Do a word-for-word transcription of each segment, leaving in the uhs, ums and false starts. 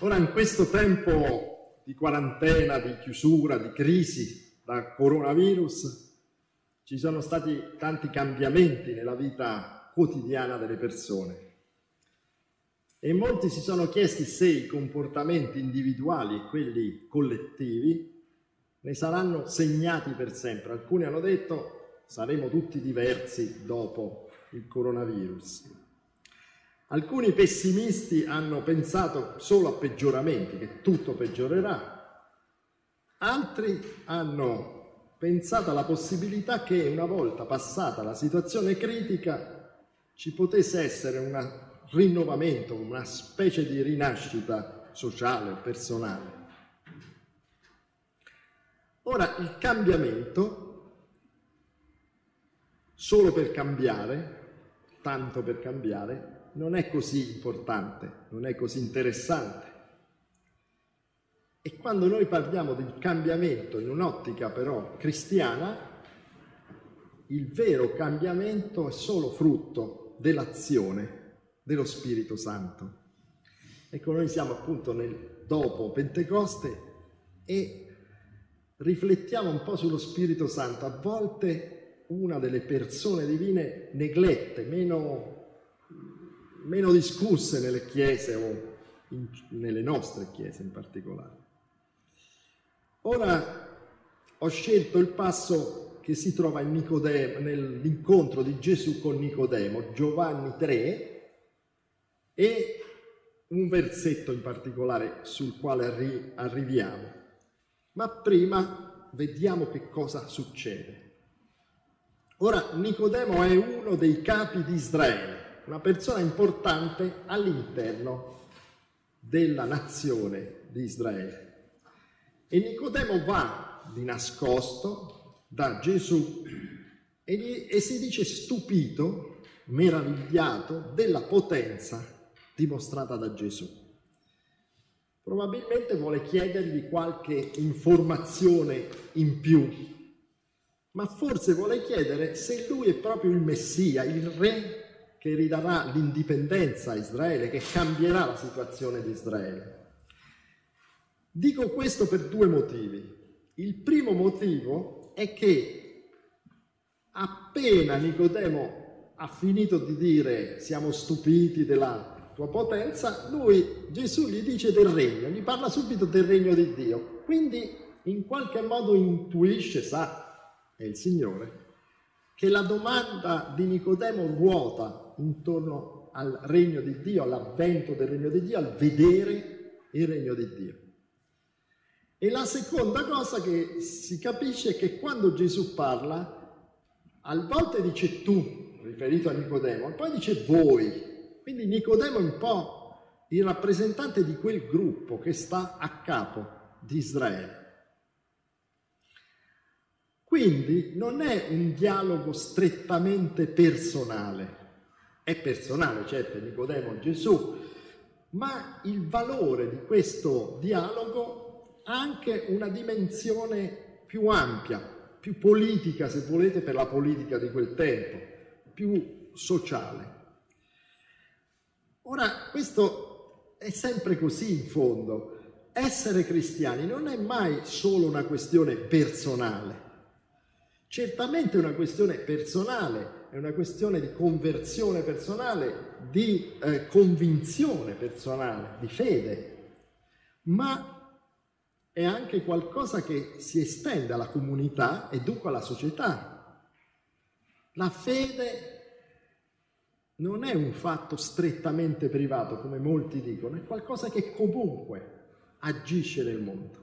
Ora, in questo tempo di quarantena, di chiusura, di crisi da coronavirus, ci sono stati tanti cambiamenti nella vita quotidiana delle persone e molti si sono chiesti se i comportamenti individuali e quelli collettivi ne saranno segnati per sempre. Alcuni hanno detto saremo tutti diversi dopo il coronavirus. Alcuni pessimisti hanno pensato solo a peggioramenti, che tutto peggiorerà. Altri hanno pensato alla possibilità che una volta passata la situazione critica ci potesse essere un rinnovamento, una specie di rinascita sociale o personale. Ora, il cambiamento, solo per cambiare, tanto per cambiare, non è così importante, non è così interessante. E quando noi parliamo del cambiamento in un'ottica però cristiana, il vero cambiamento è solo frutto dell'azione dello Spirito Santo. Ecco, noi siamo appunto nel dopo Pentecoste e riflettiamo un po' sullo Spirito Santo. A volte una delle persone divine neglette, meno meno discusse nelle chiese o in, nelle nostre chiese in particolare. Ora ho scelto il passo che si trova in Nicodemo, nell'incontro di Gesù con Nicodemo, Giovanni tre, e un versetto in particolare sul quale arri- arriviamo. Ma prima vediamo che cosa succede. Ora, Nicodemo è uno dei capi di Israele, una persona importante all'interno della nazione di Israele. E Nicodemo va di nascosto da Gesù e, gli, e si dice stupito, meravigliato della potenza dimostrata da Gesù. Probabilmente vuole chiedergli qualche informazione in più, ma forse vuole chiedere se lui è proprio il Messia, il re che ridarà l'indipendenza a Israele, che cambierà la situazione di Israele. Dico questo per due motivi. Il primo motivo è che appena Nicodemo ha finito di dire siamo stupiti della tua potenza, lui, Gesù gli dice del regno, gli parla subito del regno di Dio. Quindi in qualche modo intuisce, sa, è il Signore, che la domanda di Nicodemo ruota intorno al regno di Dio, all'avvento del regno di Dio, al vedere il regno di Dio. E la seconda cosa che si capisce è che quando Gesù parla, a volte dice tu, riferito a Nicodemo, e poi dice voi. Quindi Nicodemo è un po' il rappresentante di quel gruppo che sta a capo di Israele. Quindi non è un dialogo strettamente personale. È personale, certo, Nicodemo e Gesù, ma il valore di questo dialogo ha anche una dimensione più ampia, più politica, se volete, per la politica di quel tempo, più sociale. Ora, questo è sempre così in fondo. Essere cristiani non è mai solo una questione personale. Certamente è una questione personale, è una questione di conversione personale, di eh, convinzione personale, di fede, ma è anche qualcosa che si estende alla comunità e dunque alla società. La fede non è un fatto strettamente privato, come molti dicono, è qualcosa che comunque agisce nel mondo.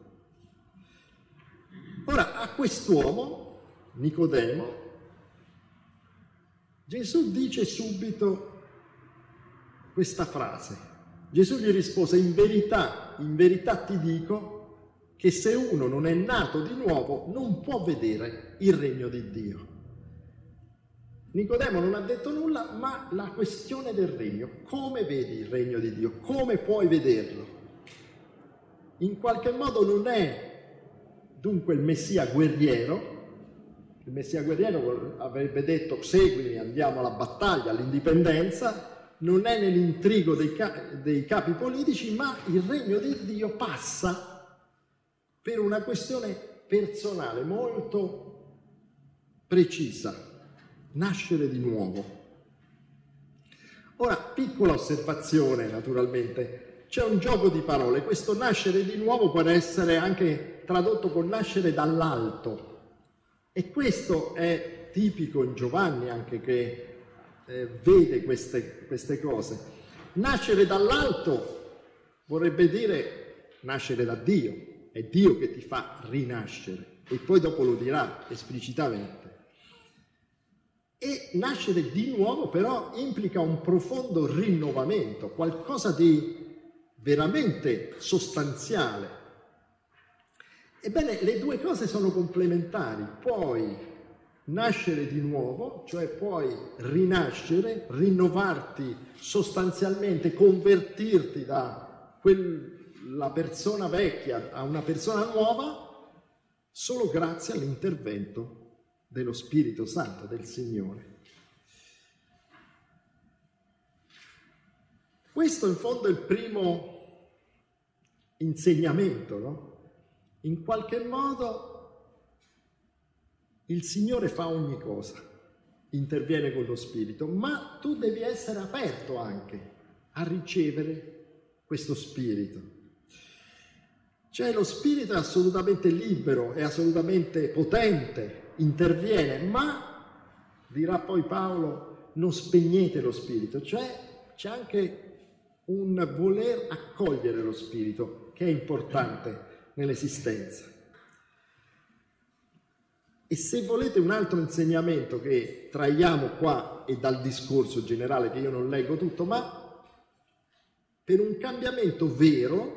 Ora, a quest'uomo, Nicodemo, Gesù dice subito questa frase. Gesù gli rispose: in verità, in verità ti dico che se uno non è nato di nuovo non può vedere il regno di Dio. Nicodemo non ha detto nulla, ma la questione del regno, come vedi il regno di Dio? Come puoi vederlo? In qualche modo non è dunque il Messia guerriero. Il Messia guerriero avrebbe detto seguimi, andiamo alla battaglia, all'indipendenza. non è nell'intrigo dei, ca- dei capi politici, ma il regno di Dio passa per una questione personale molto precisa: nascere di nuovo. Ora, piccola osservazione, naturalmente, c'è un gioco di parole. Questo nascere di nuovo può essere anche tradotto con nascere dall'alto, e questo è tipico in Giovanni, anche che eh, vede queste, queste cose. Nascere dall'alto vorrebbe dire nascere da Dio, è Dio che ti fa rinascere, e poi dopo lo dirà esplicitamente. E nascere di nuovo però implica un profondo rinnovamento, qualcosa di veramente sostanziale. Ebbene, le due cose sono complementari. Puoi nascere di nuovo, cioè puoi rinascere, rinnovarti sostanzialmente, convertirti da quella persona vecchia a una persona nuova, solo grazie all'intervento dello Spirito Santo, del Signore. Questo in fondo è il primo insegnamento, no? In qualche modo il Signore fa ogni cosa, interviene con lo Spirito, ma tu devi essere aperto anche a ricevere questo Spirito. Cioè lo Spirito è assolutamente libero, è assolutamente potente, interviene, ma, dirà poi Paolo, non spegnete lo Spirito, cioè c'è anche un voler accogliere lo Spirito che è importante nell'esistenza. E se volete un altro insegnamento che traiamo qua e dal discorso generale, che io non leggo tutto, ma per un cambiamento vero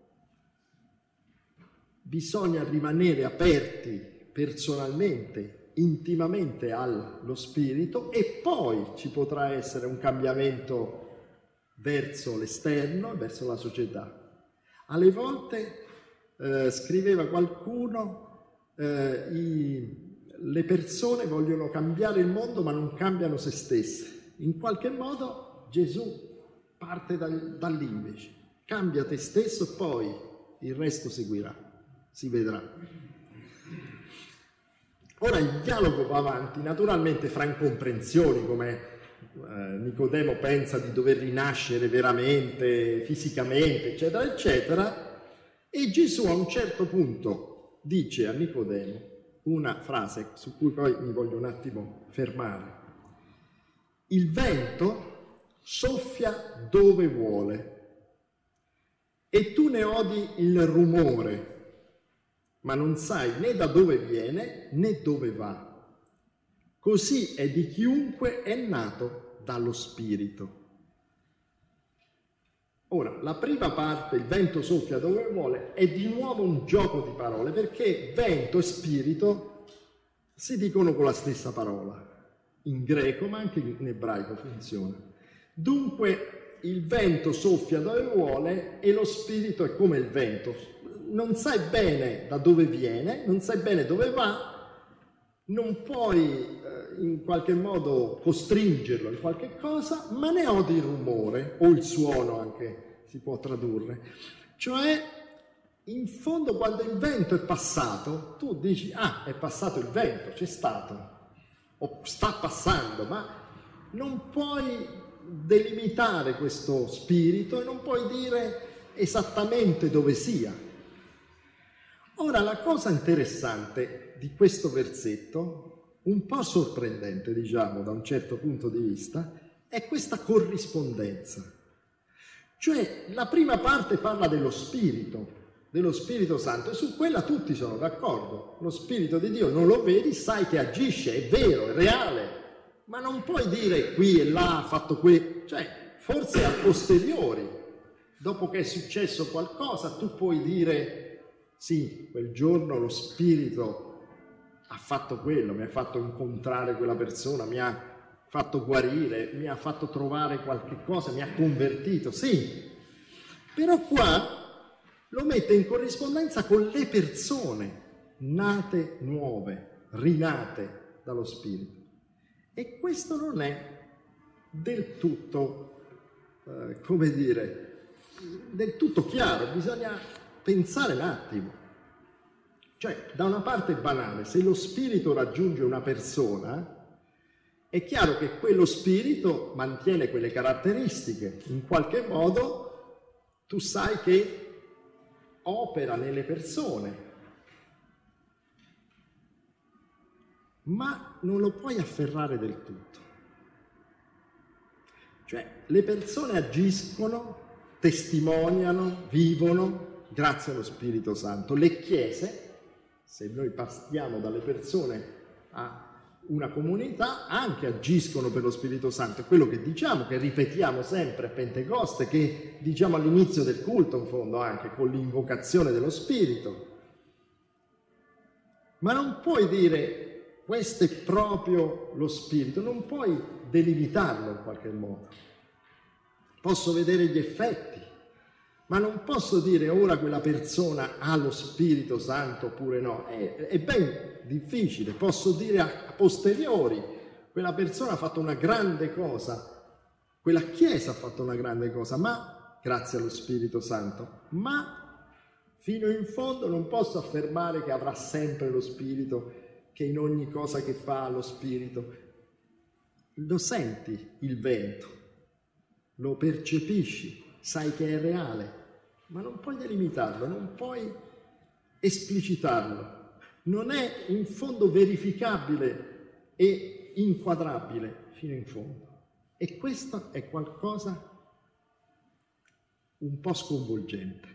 bisogna rimanere aperti personalmente, intimamente allo Spirito, e poi ci potrà essere un cambiamento verso l'esterno, verso la società. Alle volte, eh, scriveva qualcuno, eh, i, le persone vogliono cambiare il mondo ma non cambiano se stesse. In qualche modo Gesù parte da, da lì invece. Cambia te stesso e poi il resto seguirà, si vedrà. Ora il dialogo va avanti, naturalmente fra incomprensioni, come eh, Nicodemo pensa di dover rinascere veramente, fisicamente, eccetera, eccetera, e Gesù a un certo punto dice a Nicodemo una frase su cui poi mi voglio un attimo fermare. Il vento soffia dove vuole e tu ne odi il rumore, ma non sai né da dove viene né dove va. Così è di chiunque è nato dallo Spirito. Ora, la prima parte, il vento soffia dove vuole, è di nuovo un gioco di parole, perché vento e spirito si dicono con la stessa parola, in greco ma anche in ebraico funziona. Dunque il vento soffia dove vuole e lo spirito è come il vento. Non sai bene da dove viene, non sai bene dove va, non puoi eh, in qualche modo costringerlo in qualche cosa, ma ne odi il rumore, o il suono anche si può tradurre. Cioè, in fondo quando il vento è passato, tu dici, ah, è passato il vento, c'è stato, o sta passando, ma non puoi delimitare questo spirito e non puoi dire esattamente dove sia. Ora, la cosa interessante di questo versetto, un po' sorprendente, diciamo, da un certo punto di vista, è questa corrispondenza. Cioè, la prima parte parla dello Spirito, dello Spirito Santo, e su quella tutti sono d'accordo. Lo Spirito di Dio non lo vedi, sai che agisce, è vero, è reale, ma non puoi dire qui e là ha fatto qui, cioè, forse a posteriori, dopo che è successo qualcosa, tu puoi dire sì, quel giorno lo Spirito ha fatto quello, mi ha fatto incontrare quella persona, mi ha fatto guarire, mi ha fatto trovare qualche cosa, mi ha convertito, sì. Però qua lo mette in corrispondenza con le persone nate nuove, rinate dallo Spirito. E questo non è del tutto eh, come dire, del tutto chiaro, bisogna pensare un attimo. Cioè, da una parte è banale, se lo spirito raggiunge una persona, è chiaro che quello spirito mantiene quelle caratteristiche, in qualche modo tu sai che opera nelle persone, ma non lo puoi afferrare del tutto. Cioè, le persone agiscono, testimoniano, vivono grazie allo Spirito Santo. Le chiese, se noi passiamo dalle persone a una comunità, anche agiscono per lo Spirito Santo. È quello che diciamo, che ripetiamo sempre a Pentecoste, che diciamo all'inizio del culto, in fondo, anche con l'invocazione dello Spirito. Ma non puoi dire questo è proprio lo Spirito, non puoi delimitarlo in qualche modo. Posso vedere gli effetti, ma non posso dire ora quella persona ha lo Spirito Santo oppure no. È, è ben difficile. Posso dire a posteriori quella persona ha fatto una grande cosa, quella Chiesa ha fatto una grande cosa, ma grazie allo Spirito Santo. Ma fino in fondo non posso affermare che avrà sempre lo Spirito, che in ogni cosa che fa ha lo Spirito. Lo senti il vento, lo percepisci, sai che è reale, ma non puoi delimitarlo, non puoi esplicitarlo. Non è in fondo verificabile e inquadrabile fino in fondo. E questo è qualcosa un po' sconvolgente.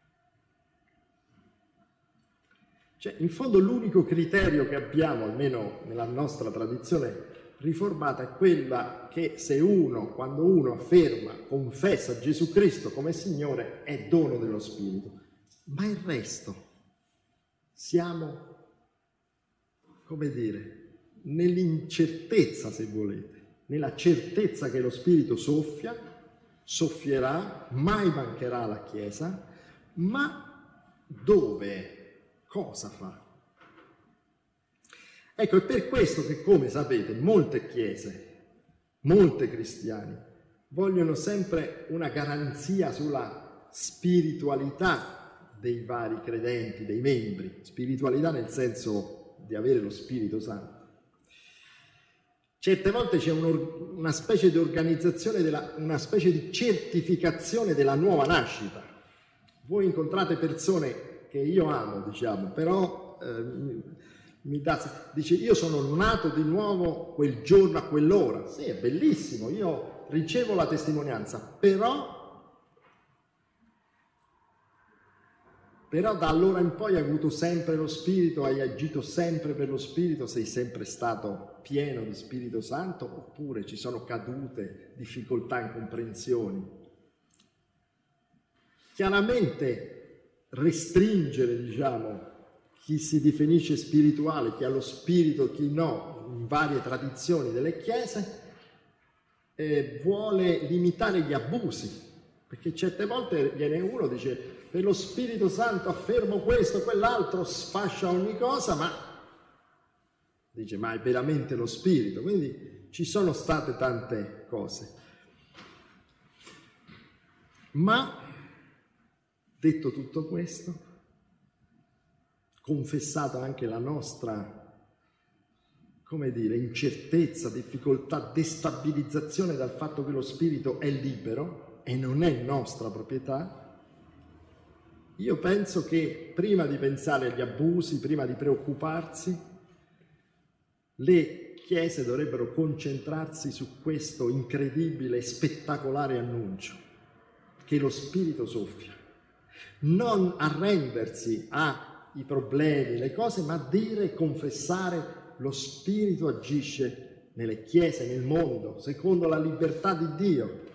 Cioè, in fondo l'unico criterio che abbiamo, almeno nella nostra tradizione riformata, è quella che se uno, quando uno afferma, confessa Gesù Cristo come Signore, è dono dello Spirito. Ma il resto, siamo, come dire, nell'incertezza, se volete, nella certezza che lo Spirito soffia, soffierà, mai mancherà alla Chiesa, ma dove? Cosa fa? Ecco, è per questo che, come sapete, molte chiese, molti cristiani vogliono sempre una garanzia sulla spiritualità dei vari credenti, dei membri, spiritualità nel senso di avere lo Spirito Santo. Certe volte c'è un, una specie di organizzazione, della, una specie di certificazione della nuova nascita. Voi incontrate persone che io amo, diciamo, però eh, mi, mi dà, dice io sono nato di nuovo quel giorno a quell'ora. Sì, è bellissimo, io ricevo la testimonianza, però, però da allora in poi hai avuto sempre lo Spirito, hai agito sempre per lo Spirito, sei sempre stato pieno di Spirito Santo, oppure ci sono cadute, difficoltà, incomprensioni. Chiaramente restringere, diciamo, chi si definisce spirituale, chi ha lo spirito, chi no, in varie tradizioni delle chiese, eh, vuole limitare gli abusi, perché certe volte viene uno e dice per lo Spirito Santo affermo questo, quell'altro, sfascia ogni cosa, ma dice ma è veramente lo Spirito? Quindi ci sono state tante cose. Ma detto tutto questo, confessata anche la nostra, come dire, incertezza, difficoltà, destabilizzazione dal fatto che lo Spirito è libero e non è nostra proprietà, io penso che prima di pensare agli abusi, prima di preoccuparsi, le chiese dovrebbero concentrarsi su questo incredibile e spettacolare annuncio, che lo Spirito soffia. Non arrendersi ai problemi, le cose, ma dire e confessare lo Spirito agisce nelle chiese, nel mondo, secondo la libertà di Dio.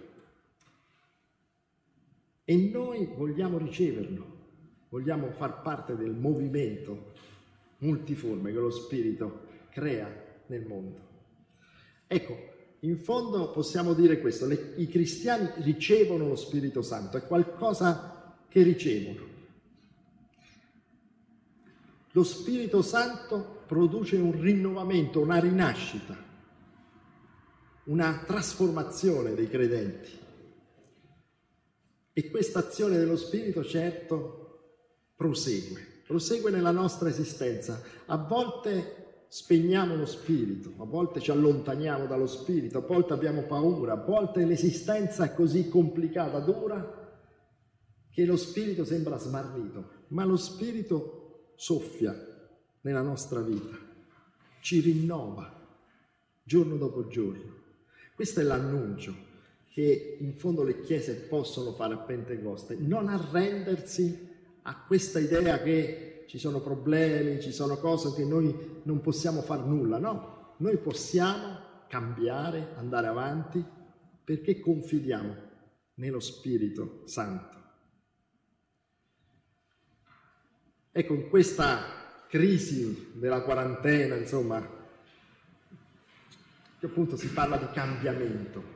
E noi vogliamo riceverlo, vogliamo far parte del movimento multiforme che lo Spirito crea nel mondo. Ecco, in fondo possiamo dire questo, le, i cristiani ricevono lo Spirito Santo, è qualcosa che ricevono. Lo Spirito Santo produce un rinnovamento, una rinascita, una trasformazione dei credenti. E questa azione dello Spirito, certo, prosegue, prosegue nella nostra esistenza. A volte spegniamo lo Spirito, a volte ci allontaniamo dallo Spirito, a volte abbiamo paura, a volte l'esistenza è così complicata, dura, che lo Spirito sembra smarrito, ma lo Spirito soffia nella nostra vita, ci rinnova giorno dopo giorno. Questo è l'annuncio che in fondo le chiese possono fare a Pentecoste, non arrendersi a questa idea che ci sono problemi, ci sono cose che noi non possiamo far nulla, no, noi possiamo cambiare, andare avanti, perché confidiamo nello Spirito Santo. Ecco, in questa crisi della quarantena, insomma, che appunto si parla di cambiamento,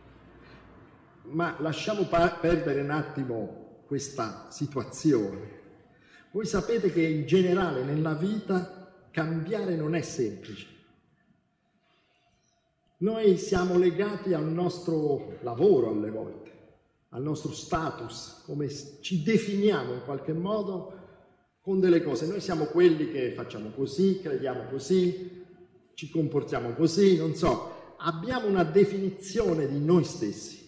ma lasciamo pa- perdere un attimo questa situazione. Voi sapete che in generale nella vita cambiare non è semplice. Noi siamo legati al nostro lavoro alle volte, al nostro status, come ci definiamo in qualche modo con delle cose. Noi siamo quelli che facciamo così, crediamo così, ci comportiamo così, non so, abbiamo una definizione di noi stessi.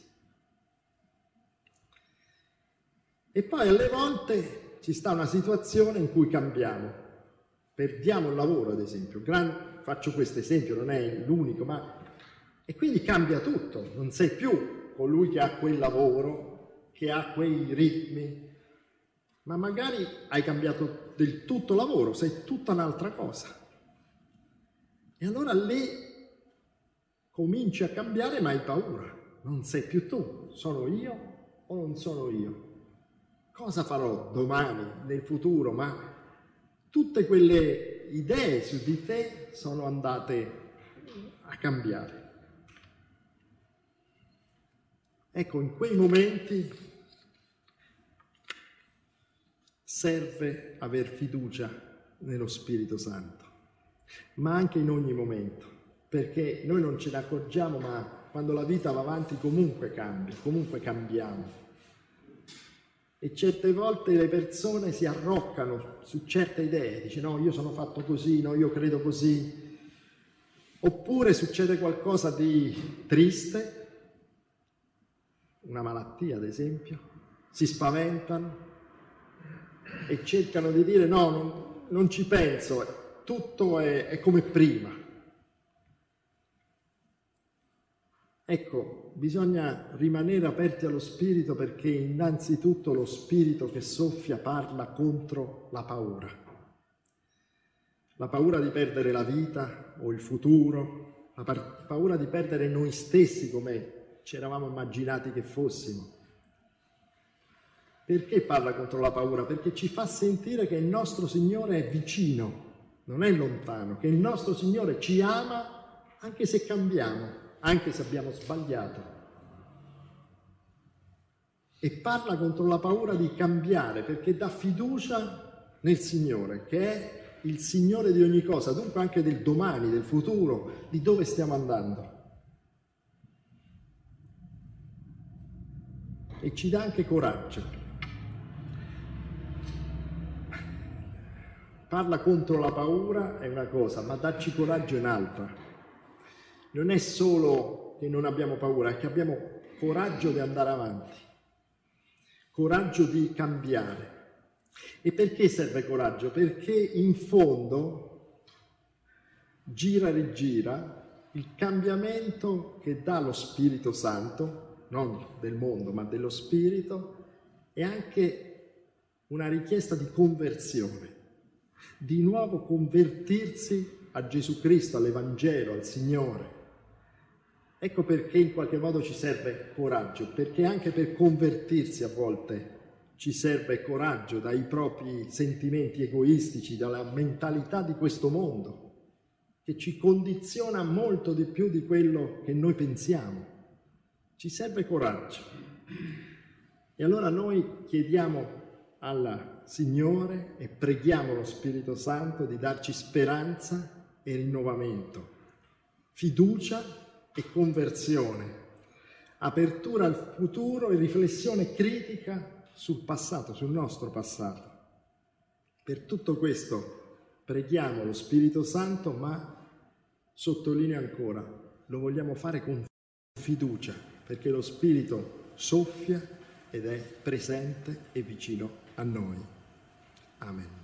E poi alle volte ci sta una situazione in cui cambiamo, perdiamo il lavoro ad esempio, Gran, faccio questo esempio, non è l'unico, ma e quindi cambia tutto, non sei più colui che ha quel lavoro, che ha quei ritmi, ma magari hai cambiato del tutto lavoro, sei tutta un'altra cosa. E allora lì cominci a cambiare, ma hai paura, non sei più tu, sono io o non sono io? Cosa farò domani, nel futuro? Ma tutte quelle idee su di te sono andate a cambiare. Ecco, in quei momenti serve aver fiducia nello Spirito Santo, ma anche in ogni momento, perché noi non ce ne accorgiamo, ma quando la vita va avanti comunque cambia, comunque cambiamo. E certe volte le persone si arroccano su certe idee, dice no, io sono fatto così, no, io credo così. Oppure succede qualcosa di triste, una malattia ad esempio, si spaventano e cercano di dire no, non, non ci penso, tutto è, è come prima. Ecco, bisogna rimanere aperti allo Spirito, perché innanzitutto lo Spirito che soffia parla contro la paura. La paura di perdere la vita o il futuro, la par- paura di perdere noi stessi come ci eravamo immaginati che fossimo. Perché parla contro la paura? Perché ci fa sentire che il nostro Signore è vicino, non è lontano, che il nostro Signore ci ama anche se cambiamo, anche se abbiamo sbagliato. E parla contro la paura di cambiare, perché dà fiducia nel Signore, che è il Signore di ogni cosa, dunque anche del domani, del futuro, di dove stiamo andando. E ci dà anche coraggio. Parla contro la paura è una cosa, ma darci coraggio è un'altra. Non è solo che non abbiamo paura, è che abbiamo coraggio di andare avanti, coraggio di cambiare. E perché serve coraggio? Perché in fondo gira e rigira il cambiamento che dà lo Spirito Santo, non del mondo ma dello Spirito, è anche una richiesta di conversione, di nuovo convertirsi a Gesù Cristo, all'Evangelo, al Signore. Ecco perché in qualche modo ci serve coraggio, perché anche per convertirsi a volte ci serve coraggio dai propri sentimenti egoistici, dalla mentalità di questo mondo, che ci condiziona molto di più di quello che noi pensiamo. Ci serve coraggio. E allora noi chiediamo al Signore e preghiamo lo Spirito Santo di darci speranza e rinnovamento, fiducia e conversione, apertura al futuro e riflessione critica sul passato, sul nostro passato. Per tutto questo preghiamo lo Spirito Santo, ma sottolineo ancora, lo vogliamo fare con fiducia, perché lo Spirito soffia ed è presente e vicino a noi. Amen.